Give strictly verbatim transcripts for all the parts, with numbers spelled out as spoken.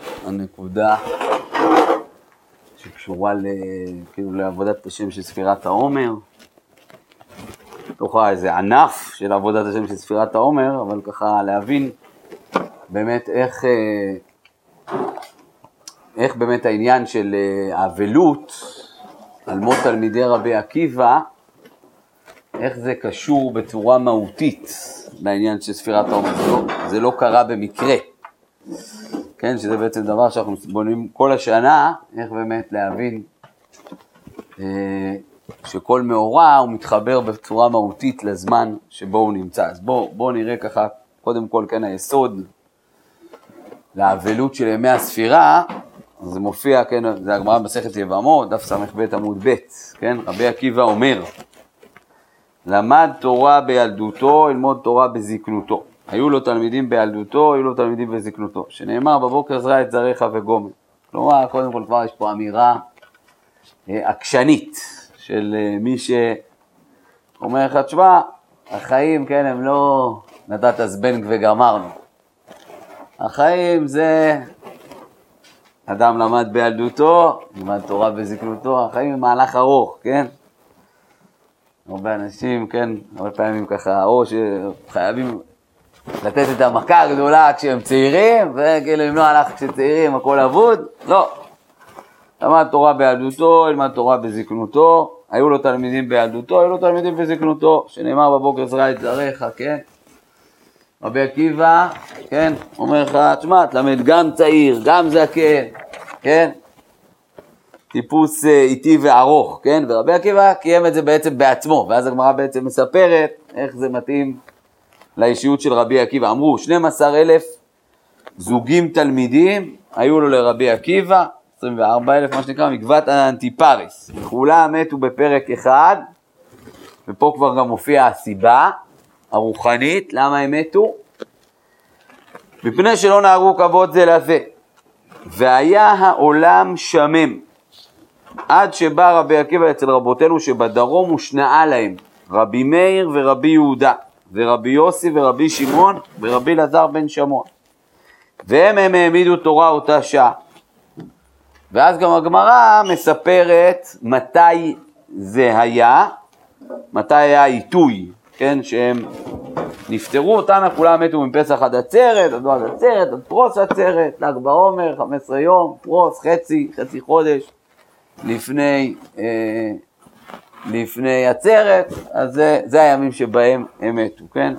הנקודה שקשורה ל... כאילו לעבודת השם של ספירת העומר. תוכה איזה ענף של עבודת השם של ספירת העומר, אבל ככה להבין באמת איך, איך באמת העניין של האבלות על מות תלמידי רבי עקיבא, איך זה קשור בצורה מהותית לעניין של ספירת העומר. זה לא, זה לא קרה במקרה. כן, שזה בעצם דבר שאנחנו בונים כל השנה, איך באמת להבין אה, שכל מאורע הוא מתחבר בצורה מהותית לזמן שבו הוא נמצא. אז בואו בוא נראה ככה, קודם כל, כן, היסוד לאבלות של ימי הספירה, זה מופיע, כן, זה הגמרא במסכת יבמות, דף ס"ב עמוד ב', כן, רבי עקיבא אומר, למד תורה בילדותו, ללמוד תורה בזקנותו. היו לו תלמידים בילדותו, היו לו תלמידים בזקנותו. שנאמר בבוקר זרע את זרעך וגומר. כלומר, קודם כל כבר יש פה אמירה עקשנית של מי שאומר לך, תשמע, החיים, כן, הם לא נתת זבנג וגמרנו. החיים זה אדם למד בילדותו, למד תורה בזקנותו, החיים הם מהלך ארוך, כן? הרבה אנשים, כן, הרבה פעמים ככה, או שחייבים לתת את המכה הגדולה כשהם צעירים, וכאילו אם לא הלך כשצעירים הכל אבוד, לא. למד תורה בילדותו, למד תורה בזקנותו, היו לו תלמידים בילדותו, היו לו תלמידים בזקנותו, שנאמר בבוקר זרע את זרעך, כן? רבי עקיבא, כן, אומר לך, תשמע, תלמד גם צעיר, גם זקן, כן? טיפוס איטי וארוך, כן? ורבי עקיבא קיים את זה בעצם בעצמו, ואז הגמרא בעצם מספרת איך זה מתאים לאישיות של רבי עקיבא. אמרו, שנים עשר אלף זוגים תלמידים, היו לו לרבי עקיבא, עשרים וארבעה אלף, מה שנקרא, מגבת האנטיפריס. כולם מתו בפרק אחד, ופה כבר גם מופיע הסיבה הרוחנית, למה הם מתו? מפני שלא נהגו כבוד זה לזה. והיה העולם שמם, עד שבא רבי עקיבא אצל רבותינו שבדרום ושנאה להם, רבי מאיר ורבי יהודה, ורבי יוסי ורבי שמעון, ורבי אלעזר בן שמוע. והם הם העמידו תורה אותה שעה. ואז גם הגמרא מספרת מתי זה היה, מתי היה העיתוי, כן, שהם נפטרו אותנו, כולם מתו מפסח עד עצרת, עד עד עצרת, עד פרוס עצרת, ל"ג בעומר, חמישה עשר יום, פרוס, חצי, חצי חודש, לפני, אה, לפני עצרת, אז זה, זה הימים שבהם הם מתו, כן?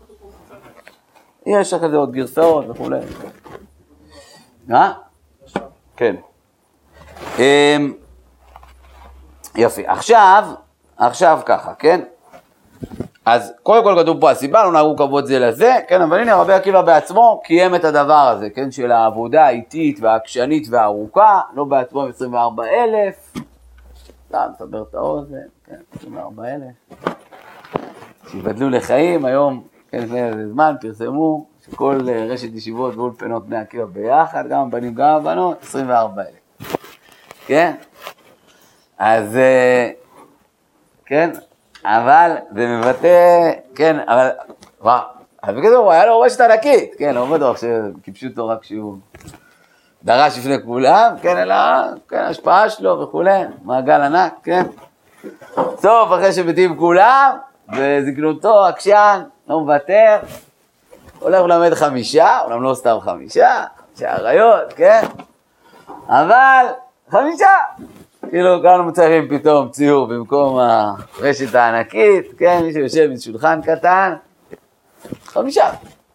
יש אחרי זה עוד גרסאות וכו'. אה? כן. אה, יפי. עכשיו, עכשיו ככה, כן? אז קודם כל כתוב פה הסיבה, לא נהגו כבוד זה לזה, כן, אבל הנה רבי עקיבא בעצמו קיים את הדבר הזה, כן, של העבודה האיטית והעקשנית והארוכה, לא בעצמו עם עשרים וארבעה אלף, סתם, סבר את האוזן, כן, עשרים וארבעה אלף, שיבדלו לחיים, היום, כן, לפני איזה זמן, פרסמו שכל רשת ישיבות ואולפנות בני עקיבא ביחד, גם הבנים גם הבנות, עשרים וארבעה אלף, כן, אז, כן, אבל זה מבטא, כן, אבל, וואו, אז בגלל הוא היה לו רשת ענקית, כן, לא בטוח שכיבשו אותו רק שהוא דרש לפני כולם, כן, אלא, כן, השפעה שלו וכו', מעגל ענק, כן. סוף, אחרי שבתים כולם, וזקנותו, עקשן, לא מוותר, הולך ללמד חמישה, אולם לא סתם חמישה, חמישה עריות, כן, אבל חמישה. כאילו כאן מציירים פתאום ציור במקום הרשת הענקית, כן, מי שיושב משולחן קטן, חמישה.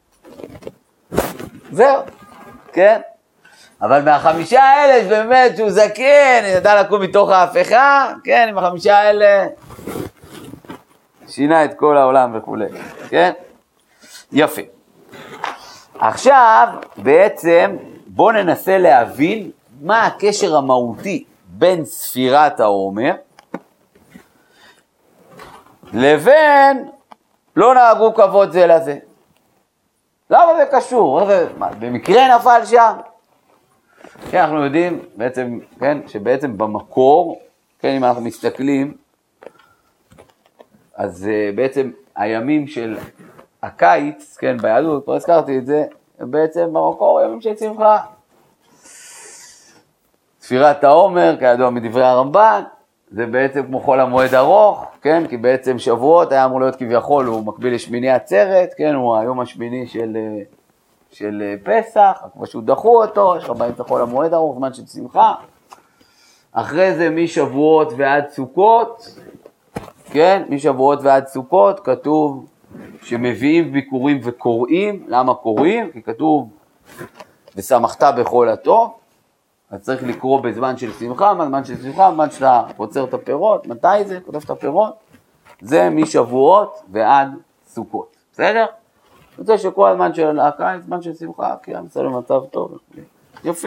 זהו, כן. אבל מהחמישה האלה שבאמת שהוא זקן, ידע לקום מתוך ההפכה, כן, עם החמישה האלה שינה את כל העולם וכו', כן. יפה. עכשיו בעצם בואו ננסה להבין מה הקשר המהותי בין ספירת העומר לבין לא נהגו כבוד זה לזה. למה זה קשור? זה, מה, במקרה נפל שם? כן, אנחנו יודעים בעצם, כן, שבעצם במקור, כן, אם אנחנו מסתכלים, אז uh, בעצם הימים של הקיץ, כן, ביהדות, כבר הזכרתי את זה, בעצם במקור ימים של שמחה. ספירת העומר, כידוע מדברי הרמב"ן, זה בעצם כמו חול המועד ארוך, כן? כי בעצם שבועות היה אמור להיות כביכול, הוא מקביל לשמיני עצרת, כן? הוא היום השמיני של, של פסח, פשוט דחו אותו, יש לך באמצע חול המועד ארוך, זמן של שמחה. אחרי זה משבועות ועד סוכות, כן? משבועות ועד סוכות כתוב שמביאים ביקורים וקוראים. למה קוראים? כי כתוב ושמחת בכל הטוב. אז צריך לקרוא בזמן של שמחה, בזמן של שמחה, בזמן שאתה פוצר את הפירות. מתי זה? כותב את הפירות. זה משבועות ועד סוכות. בסדר? אני רוצה שכל הזמן של הקיץ, זמן של שמחה, כי היה מסתכל במצב טוב. יפה.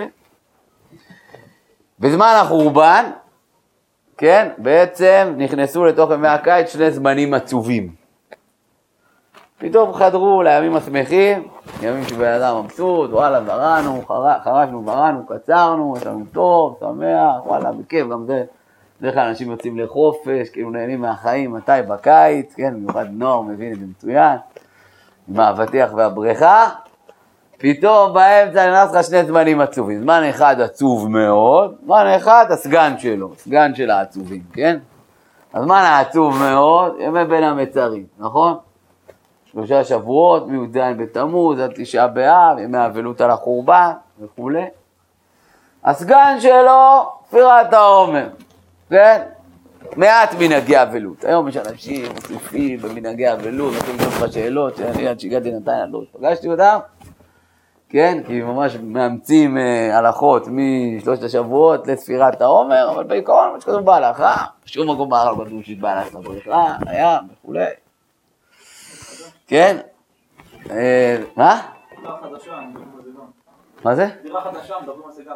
בזמן החורבן, כן, בעצם נכנסו לתוך ימי הקיץ שני זמנים עצובים. פתאום חדרו לימים השמחים, ימים שבן אדם מבסוט, וואלה, ברנו, חרשנו, ברנו, קצרנו, יש לנו טוב, שמח, וואלה, בכיף, גם זה, דרך כלל אנשים יוצאים לחופש, כאילו נהנים מהחיים, מתי? בקיץ, כן, במיוחד נוער מבין את זה מצוין, עם האבטיח והבריכה, פתאום באמצע ננס לך שני זמנים עצובים, זמן אחד עצוב מאוד, זמן אחד הסגן שלו, סגן של העצובים, כן? הזמן העצוב מאוד, ימי בין המצרים, נכון? שלושה שבועות, מי"ז בתמוז, עד תשעה באב, ימי אבלות על החורבן וכו'. הסגן שלו, ספירת העומר, כן? מעט מנהגי אבלות. היום יש אנשים מוסיפים במנהגי אבלות, נותנים לשאול לך שאלות, שאני עד שהגעתי נתניה, לא פגשתי אותם, כן? כי ממש מאמצים אה, הלכות משלושת השבועות לספירת העומר, אבל בעיקרון, מה שכתוב בהלכה, שום מקום בהלכה כתוב שהתבא ללכת לבריכה, לים וכו'. כן? מה? דירה חדשה, מדברים על זה גם. מה זה? דירה חדשה, מדברים על זה גם.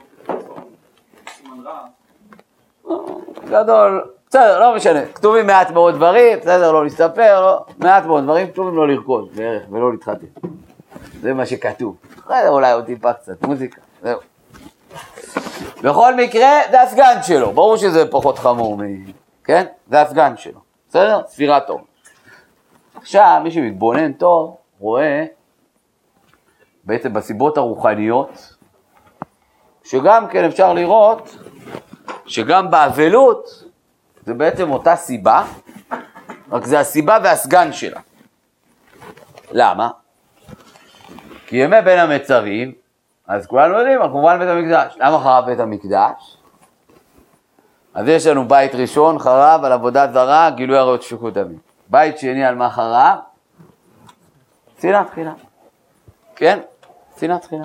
סימן רע. גדול, בסדר, לא משנה. כתובים מעט מאוד דברים, בסדר, לא להסתפר, לא, מעט מאוד דברים, כתובים לא לרקוד, בערך, ולא להתחתן. זה מה שכתוב. בסדר, אולי עוד טיפה קצת, מוזיקה, זהו. בכל מקרה, זה הסגן שלו, ברור שזה פחות חמור מ... כן? זה הסגן שלו, בסדר? ספירת טוב. עכשיו, מי שמתבונן טוב, רואה בעצם בסיבות הרוחניות, שגם כן אפשר לראות, שגם באבלות, זה בעצם אותה סיבה, רק זה הסיבה והסגן שלה. למה? כי ימי בין המצרים, אז כולנו יודעים, על חורבן בית המקדש. למה חרב בית המקדש? אז יש לנו בית ראשון, חרב על עבודת זרה, גילוי עריות שפיכות דמים. בית שני על מה חרב? שנאת חינם. כן? שנאת חינם.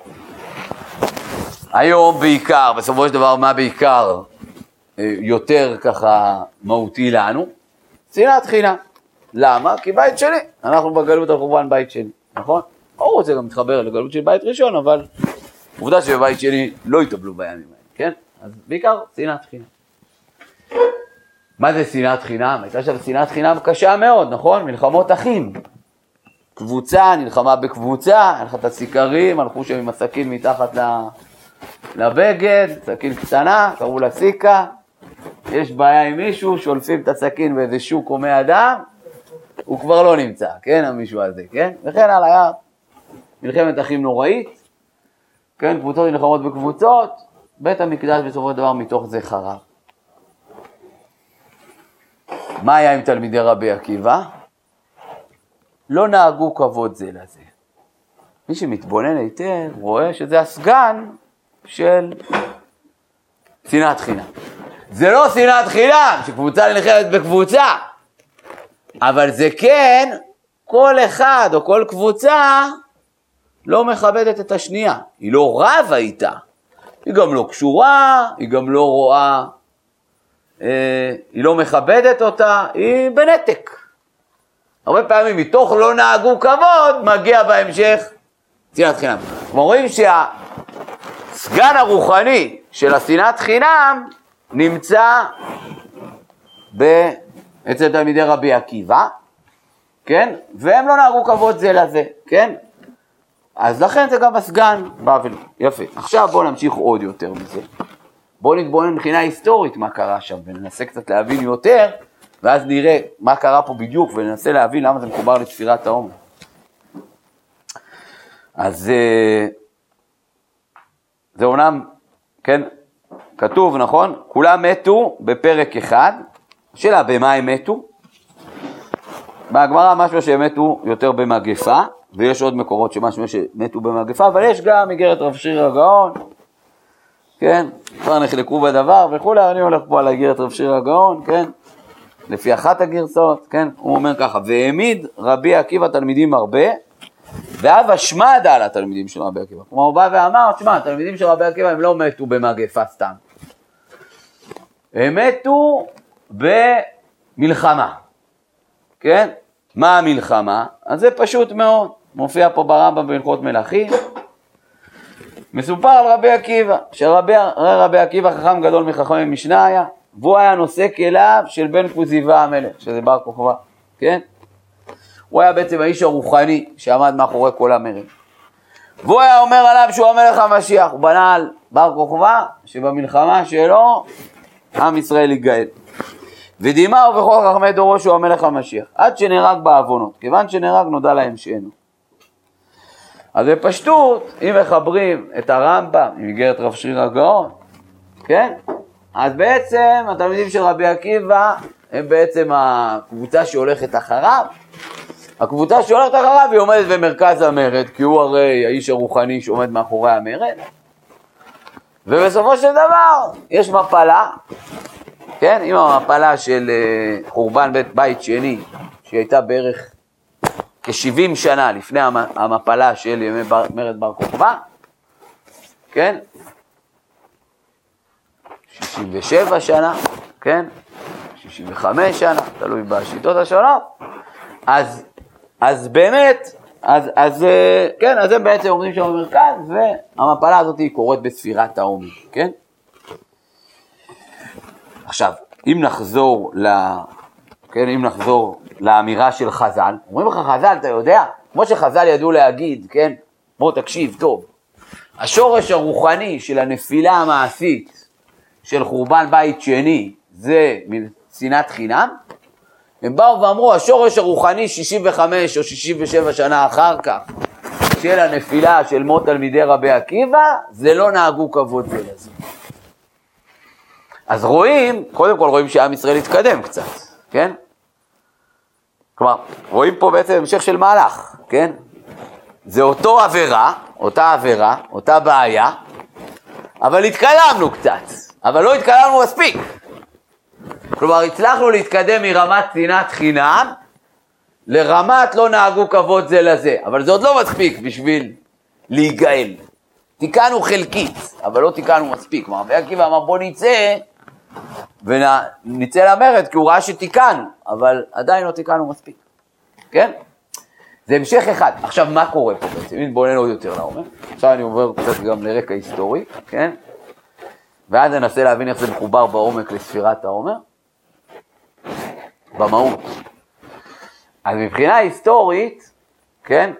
היום בעיקר, בסופו של דבר מה בעיקר יותר ככה מהותי לנו? שנאת חינם. למה? כי בית שני. אנחנו בגלות על חורבן בית שני, נכון? ברור, זה גם מתחבר לגלות של בית ראשון, אבל עובדה שבבית שני לא יטבלו בימים האלה, כן? אז בעיקר שנאת חינם. מה זה שנאת חינם? הייתה שם שנאת חינם קשה מאוד, נכון? מלחמות אחים. קבוצה, נלחמה בקבוצה, הלכה את הסיקרים, הלכו שם עם הסכין מתחת לבגד, סכין קטנה, קראו לה סיקה. יש בעיה עם מישהו, שולפים את הסכין באיזה שוק הומי אדם, הוא כבר לא נמצא, כן? המישהו הזה, כן? וכן הלאה, היה מלחמת אחים נוראית, כן? קבוצות נלחמות בקבוצות, בית המקדש בסופו של דבר מתוך זה חרב. מה היה עם תלמידי רבי עקיבא? לא נהגו כבוד זה לזה. מי שמתבונן היטב רואה שזה הסגן של שנאת חינם. זה לא שנאת חינם, שקבוצה נלחמת בקבוצה, אבל זה כן, כל אחד או כל קבוצה לא מכבדת את השנייה. היא לא רבה איתה, היא גם לא קשורה, היא גם לא רואה, היא לא מכבדת אותה, היא בנתק. הרבה פעמים מתוך לא נהגו כבוד, מגיע בהמשך שנאת חינם. אנחנו רואים שהסגן הרוחני של השנאת חינם נמצא אצל תלמידי רבי עקיבא, כן? והם לא נהגו כבוד זה לזה, כן? אז לכן זה גם הסגן באבל. יפה. עכשיו בואו נמשיך עוד יותר מזה. בואו נתבונן מבחינה היסטורית מה קרה שם, וננסה קצת להבין יותר, ואז נראה מה קרה פה בדיוק, וננסה להבין למה זה מחובר לספירת העומר. אז זה אומנם, כן, כתוב, נכון? כולם מתו בפרק אחד. שאלה, במה הם מתו? בהגמרא משהו שהם מתו יותר במגפה, ויש עוד מקורות שמשהו שמתו במגפה, אבל יש גם איגרת רב שריר הגאון, כן? כבר נחלקו בדבר וכולי, אני הולך פה על איגרת רב שריר הגאון, כן? לפי אחת הגרסאות, כן? הוא אומר ככה, והעמיד רבי עקיבא תלמידים הרבה, ואב השמד על התלמידים של רבי עקיבא. כלומר, הוא בא ואמר, תשמע, התלמידים של רבי עקיבא הם לא מתו במגפה סתם. הם מתו במלחמה. כן? מה המלחמה? אז זה פשוט מאוד. מופיע פה ברמב"ם בהלכות מלכים. מסופר על רבי עקיבא, שרבי רבי עקיבא חכם גדול מחכמי משנה היה, והוא היה נושא כליו של בן כוזיבא המלך, שזה בר כוכבא, כן? הוא היה בעצם האיש הרוחני שעמד מאחורי כל המרד. והוא היה אומר עליו שהוא המלך המשיח, הוא בנה על בר כוכבא שבמלחמה שלו עם ישראל יגאל. ודימה ובכל חכמי דורו שהוא המלך המשיח, עד שנהרג בעוונות, כיוון שנהרג נודע להם שאינו. אז בפשטות, אם מחברים את הרמב"ם עם איגרת רב שריר הגאון, כן? אז בעצם התלמידים של רבי עקיבא הם בעצם הקבוצה שהולכת אחריו. הקבוצה שהולכת אחריו היא עומדת במרכז המרד, כי הוא הרי האיש הרוחני שעומד מאחורי המרד. ובסופו של דבר יש מפלה, כן? עם המפלה של חורבן בית בית שני, שהיא הייתה בערך כ-שבעים שנה לפני המפלה של ימי מרד בר כוכבא, כן? שישים ושבע שנה, כן? שישים וחמש שנה, תלוי בשיטות השונות. אז, אז באמת, אז, אז, כן, אז הם בעצם עומדים שם במרכז, והמפלה הזאת היא קורית בספירת העומר, כן? עכשיו, אם נחזור ל... כן, אם נחזור לאמירה של חז"ל, אומרים לך חז"ל, אתה יודע, כמו שחז"ל ידעו להגיד, כן, בוא תקשיב טוב, השורש הרוחני של הנפילה המעשית של חורבן בית שני, זה שנאת חינם, הם באו ואמרו, השורש הרוחני שישים וחמש או שישים ושבע שנה אחר כך, של הנפילה של מות תלמידי רבי עקיבא, זה לא נהגו כבוד זה לזה. אז רואים, קודם כל רואים שעם ישראל התקדם קצת, כן? כלומר, רואים פה בעצם המשך של מהלך, כן? זה אותו עבירה, אותה עבירה, אותה בעיה, אבל התקדמנו קצת, אבל לא התקדמנו מספיק. כלומר, הצלחנו להתקדם מרמת שנאת חינם, לרמת לא נהגו כבוד זה לזה, אבל זה עוד לא מספיק בשביל להיגאל. תיקנו חלקית, אבל לא תיקנו מספיק. כלומר, רבי עקיבא אמר בוא נצא, ונצא למרד, כי הוא ראה שתיקנו, אבל עדיין לא תיקנו מספיק. כן? זה המשך אחד. עכשיו, מה קורה פה בעצם? אם נתבונן עוד יותר לעומק. עכשיו אני עובר קצת גם לרקע היסטורי, כן? ואז ננסה להבין איך זה מחובר בעומק לספירת העומר. במהות. אז מבחינה היסטורית, כן?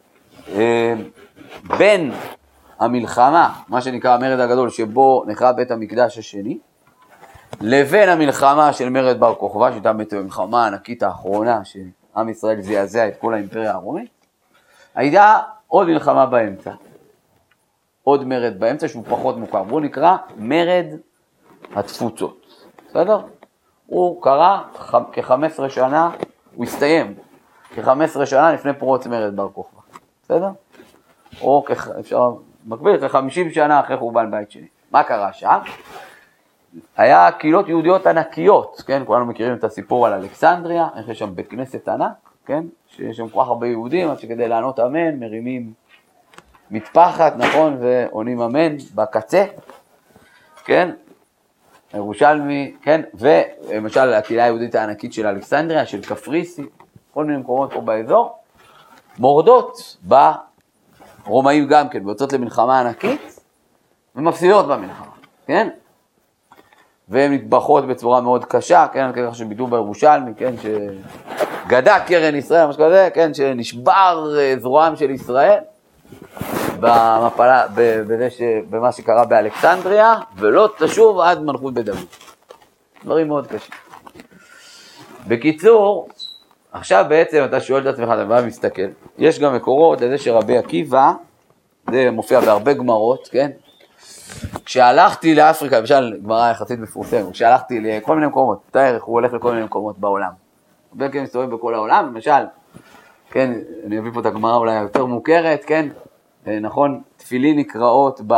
בין המלחמה, מה שנקרא המרד הגדול, שבו נחרב בית המקדש השני, לבין המלחמה של מרד בר כוכבא, שהייתה בעצם המלחמה הענקית האחרונה, שעם ישראל זעזע את כל האימפריה הרומית, הייתה עוד מלחמה באמצע. עוד מרד באמצע שהוא פחות מוכר, והוא נקרא מרד התפוצות. בסדר? הוא קרה כ-חמש עשרה שנה, הוא הסתיים כ-חמש עשרה שנה לפני פרוץ מרד בר כוכבא. בסדר? או אפשר מקביל כ-חמישים שנה אחרי חורבן בית שני. מה קרה שם? היה קהילות יהודיות ענקיות, כן? כולנו מכירים את הסיפור על אלכסנדריה, איך יש שם בית כנסת ענק, כן? שיש שם כל כך הרבה יהודים, עד שכדי לענות אמן, מרימים מטפחת, נכון? ועונים אמן בקצה, כן? ירושלמי, כן? ולמשל הקהילה היהודית הענקית של אלכסנדריה, של קפריסי, כל מיני מקומות פה באזור, מורדות ברומאים גם כן, ויוצאות למלחמה ענקית, ומפסידות במלחמה, כן? והן נטבחות בצורה מאוד קשה, כן? ככה שביטאו בירושלמי, כן? שגדע קרן ישראל, משהו כזה, כן? שנשבר זרועם של ישראל, במפלה, בזה ש... במה שקרה באלכסנדריה, ולא תשוב עד מלכות בית דוד. דברים מאוד קשים. בקיצור, עכשיו בעצם אתה שואל את עצמך, אתה בא ומסתכל, יש גם מקורות לזה שרבי עקיבא, זה מופיע בהרבה גמרות, כן? כשהלכתי לאפריקה, למשל, גמרא יחסית מפורסם, כשהלכתי לכל מיני מקומות, תאר איך הוא הולך לכל מיני מקומות בעולם. הרבה כן מסתובב בכל העולם, למשל, כן, אני אביא פה את הגמרא אולי יותר מוכרת, כן, נכון, תפילין נקראות ב...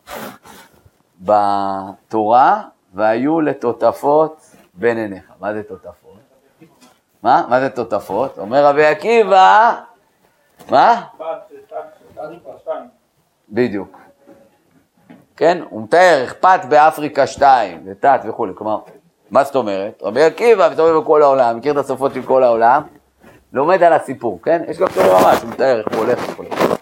בתורה, והיו לטוטפות בין עיניך. מה זה טוטפות? מה? מה זה טוטפות? אומר רבי עקיבא, מה? בדיוק. כן? הוא מתאר, אכפת באפריקה שתיים, לתת וכו'. כלומר, מה זאת אומרת? רבי עקיבא מסתובב בכל העולם, מכיר את השפות של כל העולם, לומד על הסיפור, כן? יש גם כאלה ממש, הוא מתאר איך הוא הולך וכו'.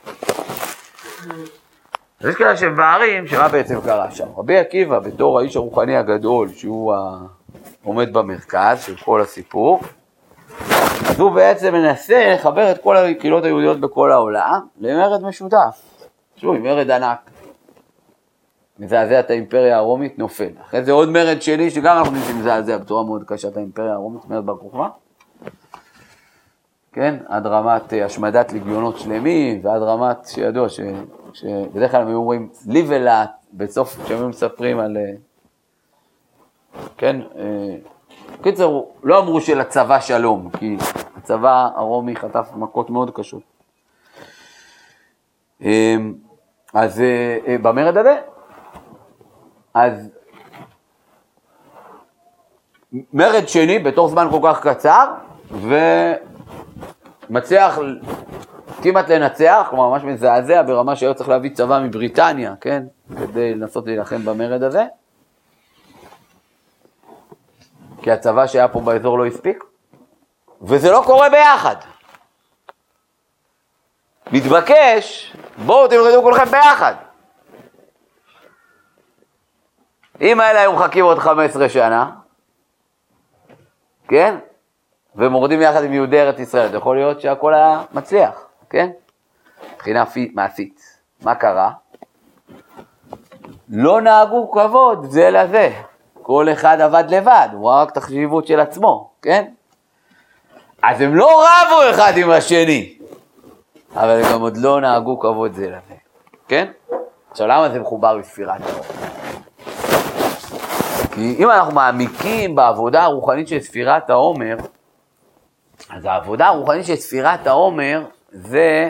אז יש כאלה שבערים, שמה בעצם קרה שם? רבי עקיבא, בתור האיש הרוחני הגדול, שהוא עומד במרכז של כל הסיפור, אז הוא בעצם מנסה לחבר את כל הקהילות היהודיות בכל העולם למרד משותף. שוב, מרד ענק. מזעזע את האימפריה הרומית, נופל. אחרי זה עוד מרד שני, שגם אנחנו נמצאים מזעזע בצורה מאוד קשה את האימפריה הרומית, מרד בר כוכבא. כן, עד רמת השמדת לגיונות שלמים, ועד רמת שידוע, ש... שבדרך כלל הם היו אומרים, לי ולאט, בסוף כשהם מספרים על... כן, קיצר, לא אמרו של הצבא שלום, כי הצבא הרומי חטף מכות מאוד קשות. אז במרד הזה, אז מרד שני בתוך זמן כל כך קצר, ומצליח כמעט לנצח, כלומר ממש מזעזע ברמה שהיו צריך להביא צבא מבריטניה, כן? כדי לנסות להילחם במרד הזה. כי הצבא שהיה פה באזור לא הספיק, וזה לא קורה ביחד. מתבקש, בואו תמרדו כולכם ביחד. אם האלה היו מחכים עוד חמש עשרה שנה, כן? ומורדים יחד עם יהודי ארץ ישראל, זה יכול להיות שהכל היה מצליח, כן? מבחינה מעשית. מה קרה? לא נהגו כבוד זה לזה. כל אחד עבד לבד, הוא ראה רק את החשיבות של עצמו, כן? אז הם לא רבו אחד עם השני, אבל הם גם עוד לא נהגו כבוד זה לזה, כן? עכשיו למה זה מחובר בספירת העומר? כי אם אנחנו מעמיקים בעבודה הרוחנית של ספירת העומר, אז העבודה הרוחנית של ספירת העומר זה,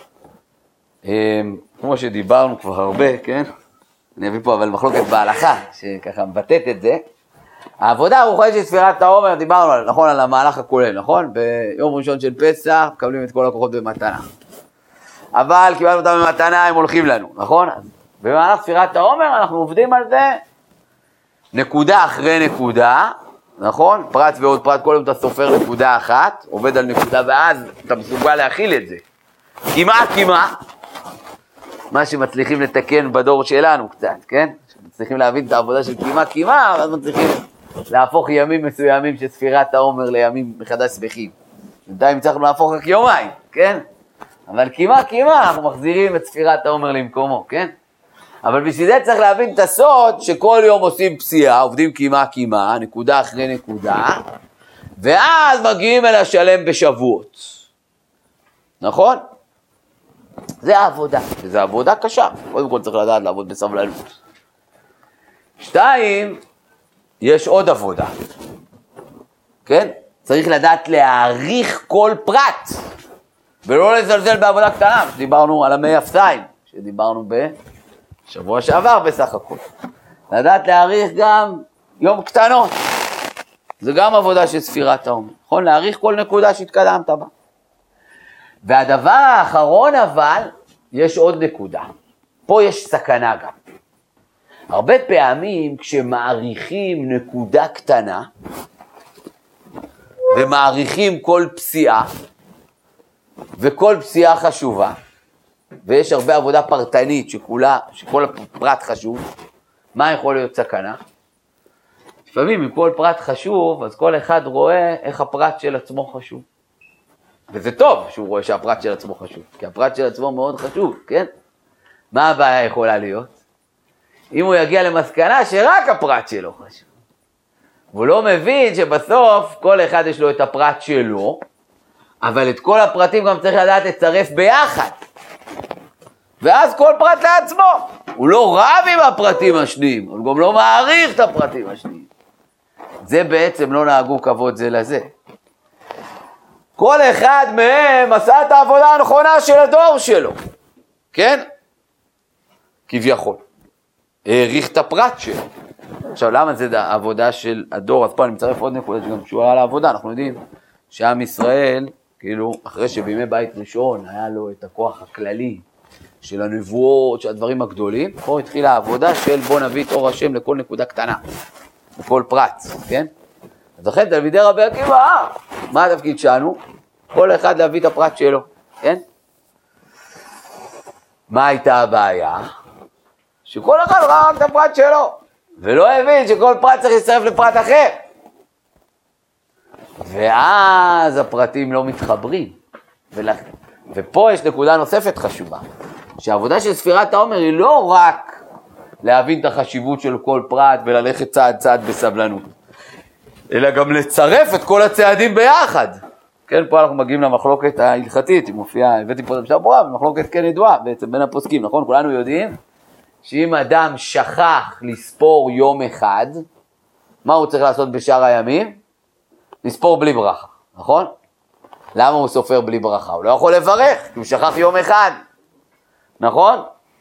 כמו שדיברנו כבר הרבה, כן? אני אביא פה אבל מחלוקת בהלכה, שככה מבטאת את זה. העבודה הרוחנית של ספירת העומר, דיברנו נכון על המהלך הכולל, נכון? ביום ראשון של פסח, מקבלים את כל הכוחות במתנה. אבל קיבלנו אותם במתנה, הם הולכים לנו, נכון? אז במהלך ספירת העומר אנחנו עובדים על זה, נקודה אחרי נקודה, נכון? פרט ועוד פרט, כל יום אתה סופר נקודה אחת, עובד על נקודה, ואז אתה מסוגל להכיל את זה. כמעט, כמעט. מה שמצליחים לתקן בדור שלנו קצת, כן? מצליחים להבין את העבודה של כמעט כמעט, אז מצליחים להפוך ימים מסוימים של ספירת העומר לימים מחדש שמחים. בינתיים הצלחנו להפוך רק יומיים, כן? אבל כמעט כמעט אנחנו מחזירים את ספירת העומר למקומו, כן? אבל בשביל זה צריך להבין את הסוד שכל יום עושים פסיעה, עובדים כמעט כמעט, נקודה אחרי נקודה, ואז מגיעים אל השלם בשבועות. נכון? זה העבודה, וזו עבודה קשה. קודם כל צריך לדעת לעבוד בסבלנות. שתיים, יש עוד עבודה. כן? צריך לדעת להעריך כל פרט, ולא לזלזל בעבודה קטנה, שדיברנו על המי אפסיים, שדיברנו בשבוע שעבר בסך הכל. לדעת להעריך גם יום קטנות. זה גם עבודה של ספירת העומר. נכון? להעריך כל נקודה שהתקדמת בה. והדבר האחרון אבל, יש עוד נקודה. פה יש סכנה גם. הרבה פעמים כשמעריכים נקודה קטנה, ומעריכים כל פסיעה, וכל פסיעה חשובה, ויש הרבה עבודה פרטנית שכולה, שכל פרט חשוב, מה יכול להיות סכנה? לפעמים אם כל פרט חשוב, אז כל אחד רואה איך הפרט של עצמו חשוב. וזה טוב שהוא רואה שהפרט של עצמו חשוב, כי הפרט של עצמו מאוד חשוב, כן? מה הבעיה יכולה להיות? אם הוא יגיע למסקנה שרק הפרט שלו חשוב. הוא לא מבין שבסוף כל אחד יש לו את הפרט שלו, אבל את כל הפרטים גם צריך לדעת לצרף ביחד. ואז כל פרט לעצמו. הוא לא רב עם הפרטים השניים, הוא גם לא מעריך את הפרטים השניים. זה בעצם לא נהגו כבוד זה לזה. כל אחד מהם עשה את העבודה הנכונה של הדור שלו, כן? כביכול. העריך את הפרט שלו. עכשיו, למה זה העבודה של הדור? אז פה אני מצרף עוד נקודה שגם קשורה לעבודה. אנחנו יודעים שעם ישראל, כאילו, אחרי שבימי בית ראשון היה לו את הכוח הכללי של הנבואות, של הדברים הגדולים, פה התחילה העבודה של בוא נביא את אור השם לכל נקודה קטנה, לכל פרט, כן? אז לכן תלמידי רבי עקיבא, אה, מה התפקיד שלנו? כל אחד להביא את הפרט שלו, כן? מה הייתה הבעיה? שכל אחד ראה רק את הפרט שלו, ולא הבין שכל פרט צריך להצטרף לפרט אחר. ואז הפרטים לא מתחברים. ולכ... ופה יש נקודה נוספת חשובה, שהעבודה של ספירת העומר היא לא רק להבין את החשיבות של כל פרט וללכת צעד צעד בסבלנות, אלא גם לצרף את כל הצעדים ביחד. כן, פה אנחנו מגיעים למחלוקת ההלכתית, היא מופיעה, הבאתי פה את המשנה ברורה, ומחלוקת כן ידועה בעצם בין הפוסקים, נכון? כולנו יודעים שאם אדם שכח לספור יום אחד, מה הוא צריך לעשות בשאר הימים? לספור בלי ברכה, נכון? למה הוא סופר בלי ברכה? הוא לא יכול לברך, כי הוא שכח יום אחד, נכון?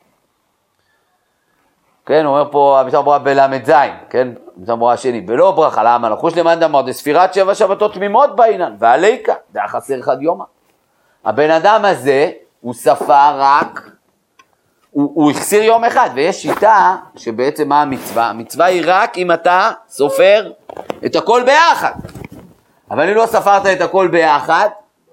כן, הוא אומר פה, המשנה ברורה בלמד זין, כן? המשנה ברורה השני, בלא ברכה, למה? לחוש למען דמר, דספירת שבע שבתות תמימות בעינן, ועליקה, זה היה חסר אחד יומה. הבן אדם הזה, הוא ספר רק, הוא, הוא החסיר יום אחד, ויש שיטה שבעצם מה המצווה? המצווה היא רק אם אתה סופר את הכל ביחד. אבל אם לא ספרת את הכל ביחד,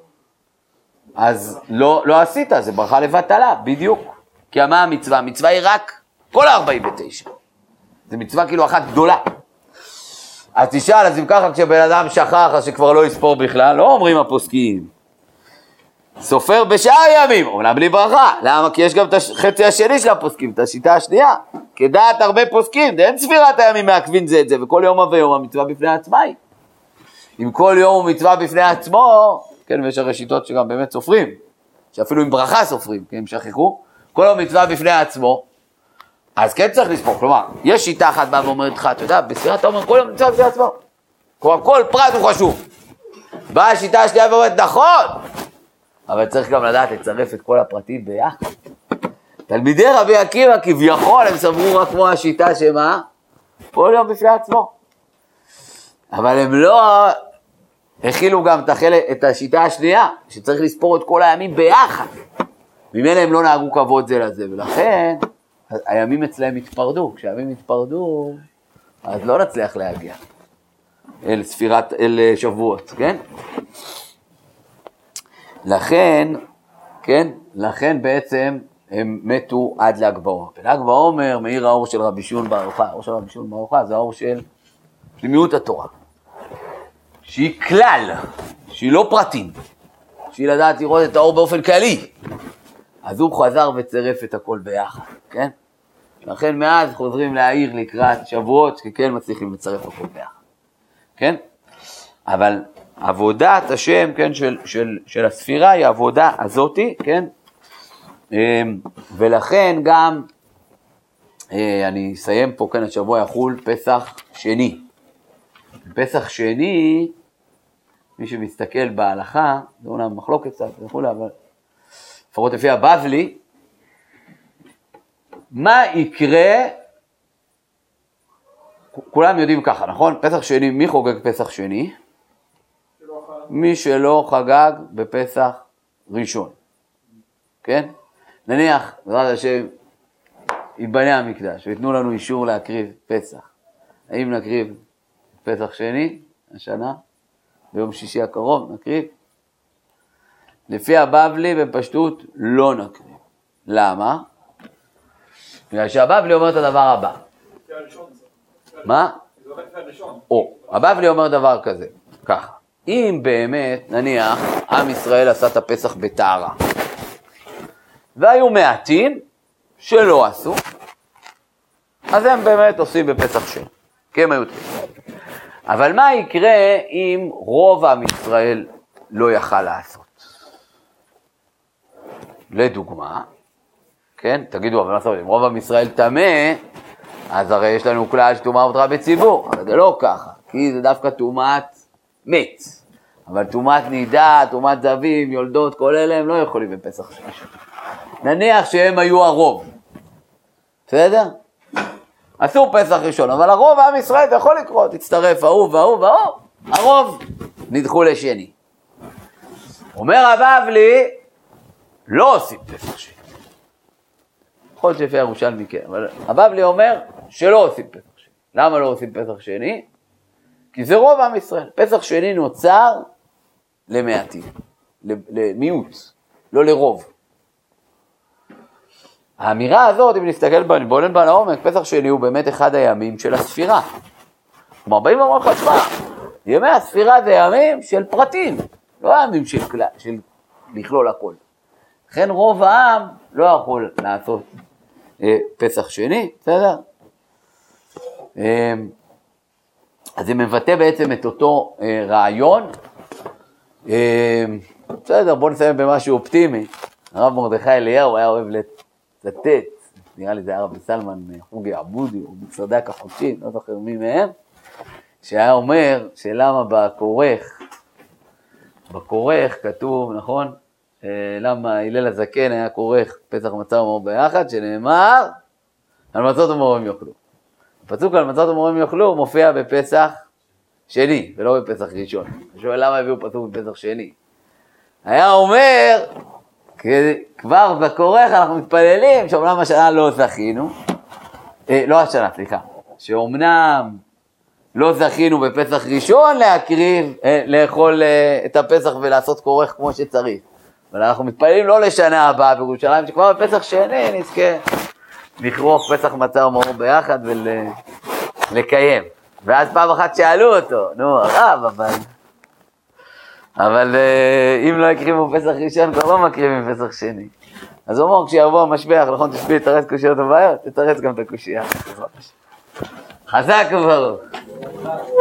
אז לא, לא עשית, זה ברכה לבטלה, בדיוק. כי מה המצווה? המצווה היא רק כל ה-ארבעים ותשע. זה מצווה כאילו אחת גדולה. אז תשאל, אז אם ככה כשבן אדם שכח, אז שכבר לא יספור בכלל, לא אומרים הפוסקים. סופר בשאר ימים, אומנם בלי ברכה. למה? כי יש גם את החצי השני של הפוסקים, את השיטה השנייה. כדעת הרבה פוסקים, אין ספירת הימים מעכבים זה את זה, וכל יום ויום המצווה בפני עצמה היא. אם כל יום הוא מצווה בפני עצמו, כן, ויש הרי שיטות שגם באמת סופרים, שאפילו עם ברכה סופרים, כן, הם שכחו, כל יום מצווה בפני עצמו, אז כן צריך לספור. כלומר, יש שיטה אחת באה ואומרת לך, אתה יודע, בספירת העומר כל יום מצווה בפני עצמו. כלומר, כל פרט הוא חשוב. באה השיטה השנייה ואומרת, נכון, אבל צריך גם לדעת לצרף את כל הפרטים ביחד. תלמידי רבי עקיבא כביכול הם סברו רק כמו השיטה שמה? כל יום בפני עצמו. אבל הם לא הכילו גם את השיטה השנייה, שצריך לספור את כל הימים ביחד. ממילא הם לא נהגו כבוד זה לזה, ולכן הימים אצלהם התפרדו. כשהימים התפרדו, אז לא נצליח להגיע אל ספירת, אל שבועות, כן? לכן, כן? לכן בעצם הם מתו עד ל"ג בעומר. בל"ג בעומר מאיר האור של רבי שמעון בר יוחאי. האור של רבי שמעון בר יוחאי זה האור של פנימיות התורה. שהיא כלל, שהיא לא פרטים, שהיא לדעת לראות את האור באופן כללי. אז הוא חזר וצרף את הכל ביחד, כן? לכן מאז חוזרים להעיר לקראת שבועות, כי כן מצליחים לצרף הכל ביחד, כן? אבל עבודת השם, כן, של, של, של הספירה היא העבודה הזאתי, כן? ולכן גם, אני אסיים פה, כן, השבוע יחול פסח שני. פסח שני, מי שמסתכל בהלכה, זה אומנם מחלוקת קצת וכולי, אבל לפחות לפי הבבלי, מה יקרה, כולם יודעים ככה, נכון? פסח שני, מי חוגג פסח שני? מי שלא חגג בפסח ראשון, כן? נניח, בעזרת השם, ייבנה המקדש, ויתנו לנו אישור להקריב פסח. האם נקריב פסח שני, השנה, ביום שישי הקרוב, נקריב? לפי הבבלי, בפשטות, לא נקריב. למה? בגלל שהבבלי אומר את הדבר הבא. מה? או, הבבלי אומר דבר כזה, ככה. אם באמת, נניח, עם ישראל עשה את הפסח בטהרה, והיו מעטים שלא עשו, אז הם באמת עושים בפסח שני, כי הם היו תפיסים. אבל מה יקרה אם רוב עם ישראל לא יכל לעשות? לדוגמה, כן? תגידו, אבל לעשות, אם רוב עם ישראל טמא, אז הרי יש לנו כלל שטומאה הותרה בציבור, אבל זה לא ככה, כי זה דווקא טומאת מת. אבל טומאת נידה, טומאת זבים, יולדות, כל אלה הם לא יכולים בפסח ראשון. נניח שהם היו הרוב, בסדר? עשו פסח ראשון, אבל הרוב עם ישראל זה יכול לקרות, תצטרף ההוא וההוא וההוא, הרוב נדחו לשני. אומר הבבלי, לא עושים פסח שני. יכול להיות שיפה ירושלמי כן, אבל הבבלי אומר שלא עושים פסח שני. למה לא עושים פסח שני? כי זה רוב עם ישראל. פסח שני נוצר למעטים, למיעוט, לא לרוב. האמירה הזאת, אם נסתכל בה, בואו בה לעומק, פסח שני הוא באמת אחד הימים של הספירה. כלומר, באים ואומרים לך, תשמע, ימי הספירה זה ימים של פרטים, לא ימים של, של לכלול הכל. לכן רוב העם לא יכול לעשות אה, פסח שני, בסדר? אה, אז זה מבטא בעצם את אותו אה, רעיון. אה, בסדר, בואו נסיים במשהו אופטימי. הרב מרדכי אליהו היה אוהב לצטט, נראה לי זה הרב סלמן חוגי עבודי, או בצדק החודשי, לא זוכר מי מהם, שהיה אומר שלמה בכורך, בכורך כתוב, נכון? למה הלל הזקן היה כורך פסח מצה ומרור ביחד, שנאמר, על מצות ומרורים יאכלו. הפסוק על מצות ומרורים יאכלו מופיע בפסח שני, ולא בפסח ראשון. אני שואל למה הביאו פסוק בפסח שני. היה אומר, כבר בכורך אנחנו מתפללים, שאומנם השנה לא זכינו, אה, לא השנה, סליחה, שאומנם לא זכינו בפסח ראשון להקריב, אה, לאכול אה, את הפסח ולעשות כורך כמו שצריך. אבל אנחנו מתפללים לא לשנה הבאה בירושלים, שכבר בפסח שני נזכה לכרוך פסח מצה ומרור ביחד ולקיים. ואז פעם אחת שאלו אותו, נו הרב, אבל... אבל אם לא יקריבו פסח ראשון, כבר לא מקריבים פסח שני. אז הוא אומר, כשיבוא המשבר, נכון, תשפיע לתרץ קושיות ובעיות, תתרץ גם את הקושייה. חזק וברוך.